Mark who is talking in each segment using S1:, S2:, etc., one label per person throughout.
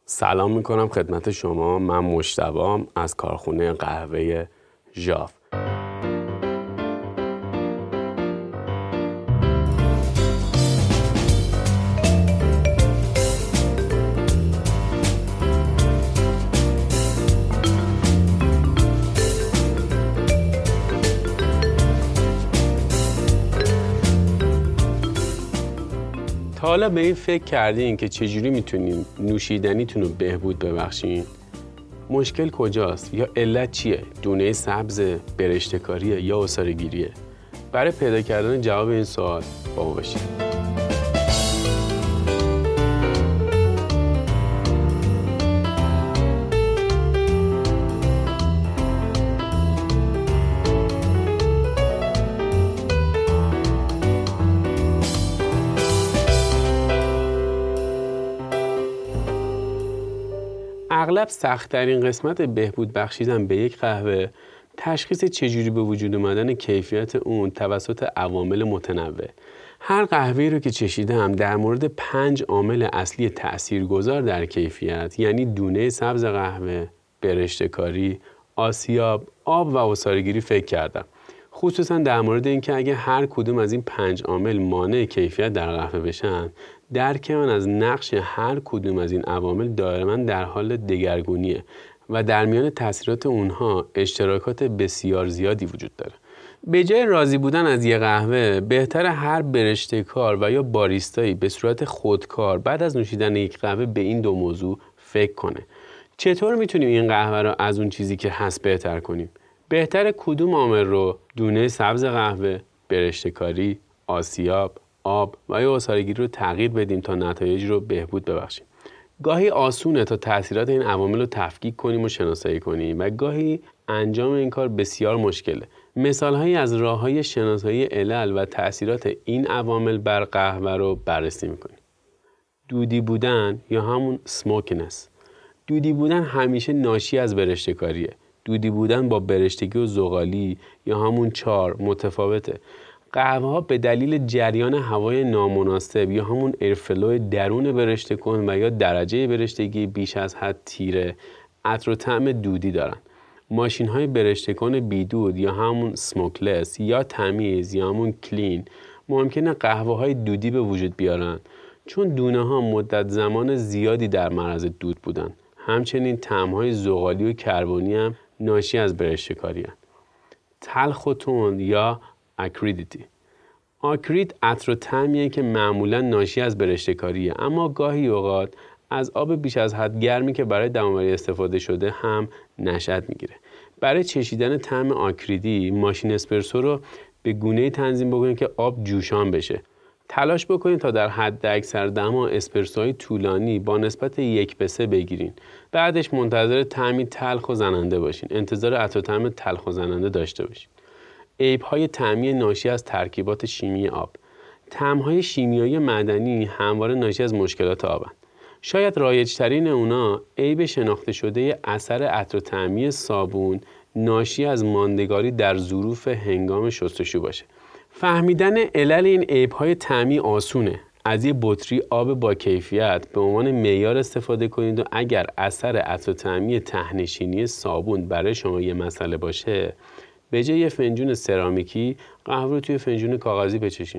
S1: سلام میکنم خدمت شما. من مجتبی‌ام از کارخونه قهوه ژاو. تا حالا به این فکر کردین که چجوری میتونین نوشیدنیتون رو بهبود ببخشین؟ مشکل کجاست؟ یا علت چیه؟ دونه سبز، برشته‌کاریه یا عصاره‌گیریه؟ برای پیدا کردن جواب این سوال با ما باشید. اغلب سخت‌ترین قسمت بهبود بخشیدن به یک قهوه تشخیص چجوری به وجود اومدن کیفیت اون توسط عوامل متنوع. هر قهوه‌ای رو که چشیدم در مورد 5 عامل اصلی تاثیرگذار در کیفیت، یعنی دونه سبز قهوه، برشته‌کاری، آسیاب، آب و عصاره‌گیری فکر کردم. خصوصا در مورد اینکه اگه هر کدوم از این 5 عامل مانع کیفیت در قهوه بشن، درک من از نقش هر کدوم از این عوامل دائما در حال دگرگونیه و در میان تاثیرات اونها اشتراکات بسیار زیادی وجود داره. به جای راضی بودن از یه قهوه، بهتره هر برشته‌کار و یا باریستایی به صورت خودکار بعد از نوشیدن یک قهوه به این 2 موضوع فکر کنه. چطور میتونیم این قهوه رو از اون چیزی که هست بهتر کنیم؟ بهتره کدوم عامل رو دونه سبز قهوه، برشته‌کاری، آسیاب، آب و یا عصاره‌گیری رو تغییر بدیم تا نتایج رو بهبود ببخشیم. گاهی آسونه تا تاثیرات این عوامل رو تفکیک کنیم و شناسایی کنیم و گاهی انجام این کار بسیار مشکله. مثال‌هایی از راه‌های شناسایی علل و تاثیرات این عوامل بر قهوه رو بررسی می‌کنیم. دودی بودن یا همون smokiness. دودی بودن همیشه ناشی از برشته‌کاریه. دودی بودن با برشتگی و زغالی یا همون چار متفاوته. قهوه ها به دلیل جریان هوای نامناسب یا همون ایرفلو درون برشته کن و یا درجه برشتگی بیش از حد تیره، عطر و طعم دودی دارن. ماشین های برشته کن بیدود یا همون سموکلس یا تمیز یا همون کلین ممکنه قهوه های دودی به وجود بیارن، چون دونه ها مدت زمان زیادی در معرض دود بودن. همچنین طعم های زغالی و کربنی هم ناشی از برشته‌کاری هستند. تلخ و تند یا آکریدیتی. آکرید عطر و طعمیه که معمولا ناشی از برشته‌کاریه، اما گاهی اوقات از آب بیش از حد گرمی که برای دم‌آوری استفاده شده هم نشأت میگیره. برای چشیدن طعم آکریدی ماشین اسپرسو رو به گونه‌ای تنظیم بکنید که آب جوشان بشه. تلاش بکنید تا در حد اکثر دما اسپرسوهای طولانی با نسبت 1:3 بگیرین. بعدش منتظر طعمی تلخ و زننده باشین. انتظار عطر و طعم تلخ و زننده داشته باشین. عیب‌های طعمی ناشی از ترکیبات شیمی آب. طعم‌های شیمیایی معدنی همواره ناشی از مشکلات آبند. شاید رایج‌ترین اونا عیب شناخته شده اثر عطر و طعمی صابون ناشی از ماندگاری در ظروف هنگام شستشو باشه. فهمیدن علل این عیب‌های طعمی آسونه. از یه بطری آب با کیفیت به عنوان معیار استفاده کنید و اگر اثر عطر و طعمی طحن‌نشینی صابون برای شما یه مسئله باشه، به جای یه فنجون سرامیکی قهوه رو توی فنجون کاغذی بچشین.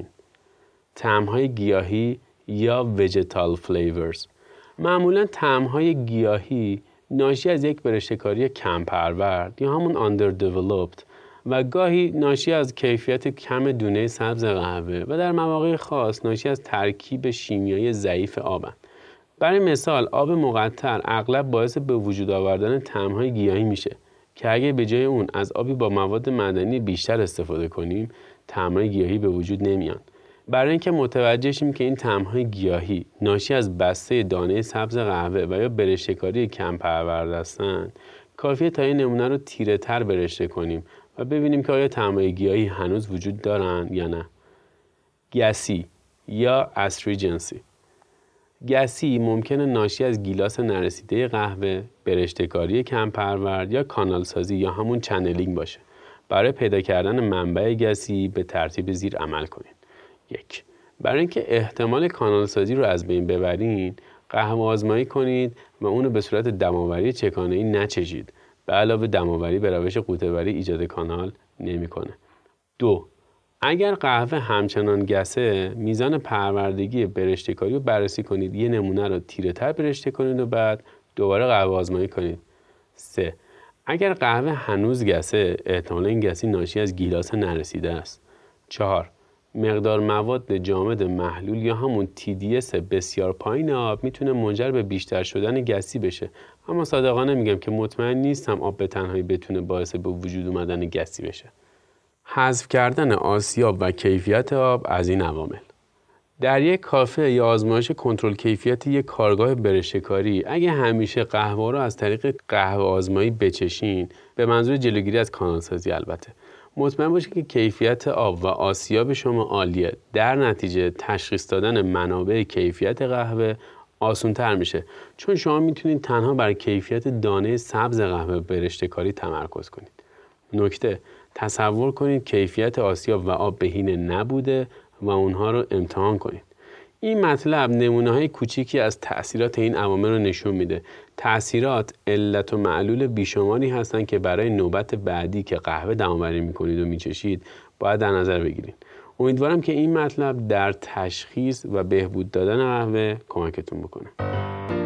S1: طعم‌های گیاهی یا vegetal flavors. معمولاً طعم‌های گیاهی ناشی از یک برشته‌کاری کم پرورد یا همون underdeveloped و گاهی ناشی از کیفیت کم دونه سبز قهوه و در مواقع خاص ناشی از ترکیب شیمیایی ضعیف آبند. برای مثال آب مقطر اغلب باعث به وجود آوردن طعم‌های گیاهی میشه که اگه به جای اون از آبی با مواد معدنی بیشتر استفاده کنیم، طعم‌های گیاهی به وجود نمیان. برای اینکه متوجه شیم که این طعم‌های گیاهی ناشی از بسته دانه سبز قهوه و یا برشته‌کاری کم پرورد هستند، کافیه تا این نمونه رو تیره‌تر برشته کنیم و ببینیم که آیا طعم‌های گیاهی هنوز وجود دارن یا نه. گسی یا استریجنسی. گسی ممکنه ناشی از گیلاس نرسیده قهوه، برشته‌کاری کم پرورد یا کانال سازی یا همون چنلینگ باشه. برای پیدا کردن منبع گسی به ترتیب زیر عمل کنید. 1. برای اینکه احتمال کانال سازی رو از بین ببرین، قهوه آزمایی کنید و اونو به صورت دماوری چکانه‌ای نچشید. به علاوه دماوری به روش قوطه‌وری ایجاد کانال نمی‌کنه. 2. اگر قهوه همچنان گسه، میزان پروردگی برشته‌کاری رو بررسی کنید. یه نمونه رو تیره‌تر برشته کنید و بعد دوباره قهوه آزمایی کنید. 3. اگر قهوه هنوز گسه، احتمال این گسی ناشی از گیلاس نرسیده است. 4. مقدار مواد جامد محلول یا همون TDS بسیار پایین آب میتونه منجر به بیشتر شدن گسی بشه. اما صادقانه میگم که مطمئن نیستم آب به تنهایی بتونه باعث به وجود اومدن گسی بشه. حذف کردن آسیاب و کیفیت آب از این عوامل. در یک کافه یا آزمایش کنترل کیفیت یک کارگاه برشته‌کاری، اگه همیشه قهوه رو از طریق قهوه آزمایی بچشین، به منظور جلوگیری از کانالسازی البته، مطمئن باشید که کیفیت آب و آسیاب شما عالیه. در نتیجه تشخیص دادن منابع کیفیت قهوه آسان‌تر میشه، چون شما میتونید تنها بر کیفیت دانه سبز قهوه برشته‌کاری تمرکز کنید. نکته: تصور کنید کیفیت آسیاب و آب بهینه نبوده و اونها رو امتحان کنید. این مطلب نمونه‌های کوچیکی از تأثیرات این عوامل رو نشون میده. تأثیرات علت و معلول بیشماری هستن که برای نوبت بعدی که قهوه دم‌آوری میکنید و میچشید باید در نظر بگیرید. امیدوارم که این مطلب در تشخیص و بهبود دادن قهوه کمکتون بکنه.